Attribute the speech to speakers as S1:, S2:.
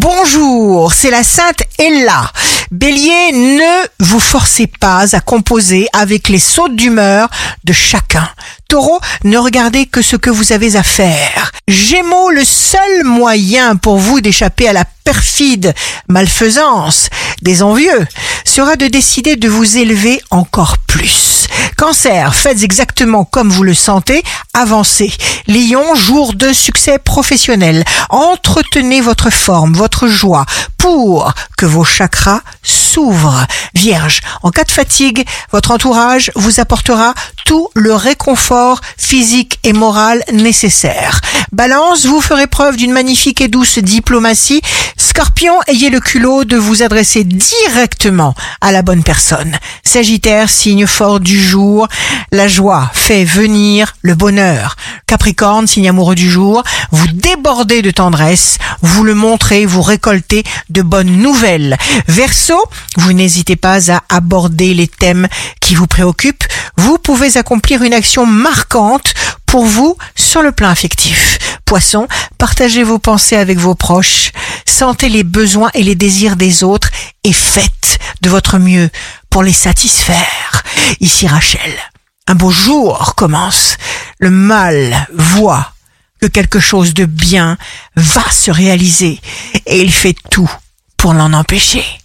S1: Bonjour, c'est la Sainte Ella. Bélier, ne vous forcez pas à composer avec les sautes d'humeur de chacun. Taureau, ne regardez que ce que vous avez à faire. Gémeaux, le seul moyen pour vous d'échapper à la perfide malfaisance des envieux sera de décider de vous élever encore plus. Cancer, faites exactement comme vous le sentez, avancez. Lion, jour de succès professionnel. Entretenez votre forme, votre joie, pour que vos chakras s'ouvrent. Vierge, en cas de fatigue, votre entourage vous apportera tout le réconfort physique et moral nécessaire. Balance, vous ferez preuve d'une magnifique et douce diplomatie. Scorpion, ayez le culot de vous adresser directement à la bonne personne. Sagittaire, signe fort du jour, la joie fait venir le bonheur. Capricorne, signe amoureux du jour, vous débordez de tendresse, vous le montrez, vous récoltez de bonnes nouvelles. Verseau, vous n'hésitez pas à aborder les thèmes qui vous préoccupent. Vous pouvez accomplir une action marquante pour vous sur le plan affectif. Poisson, partagez vos pensées avec vos proches, sentez les besoins et les désirs des autres et faites de votre mieux pour les satisfaire. Ici Rachel, un beau jour commence. Le mal voit que quelque chose de bien va se réaliser et il fait tout pour l'en empêcher.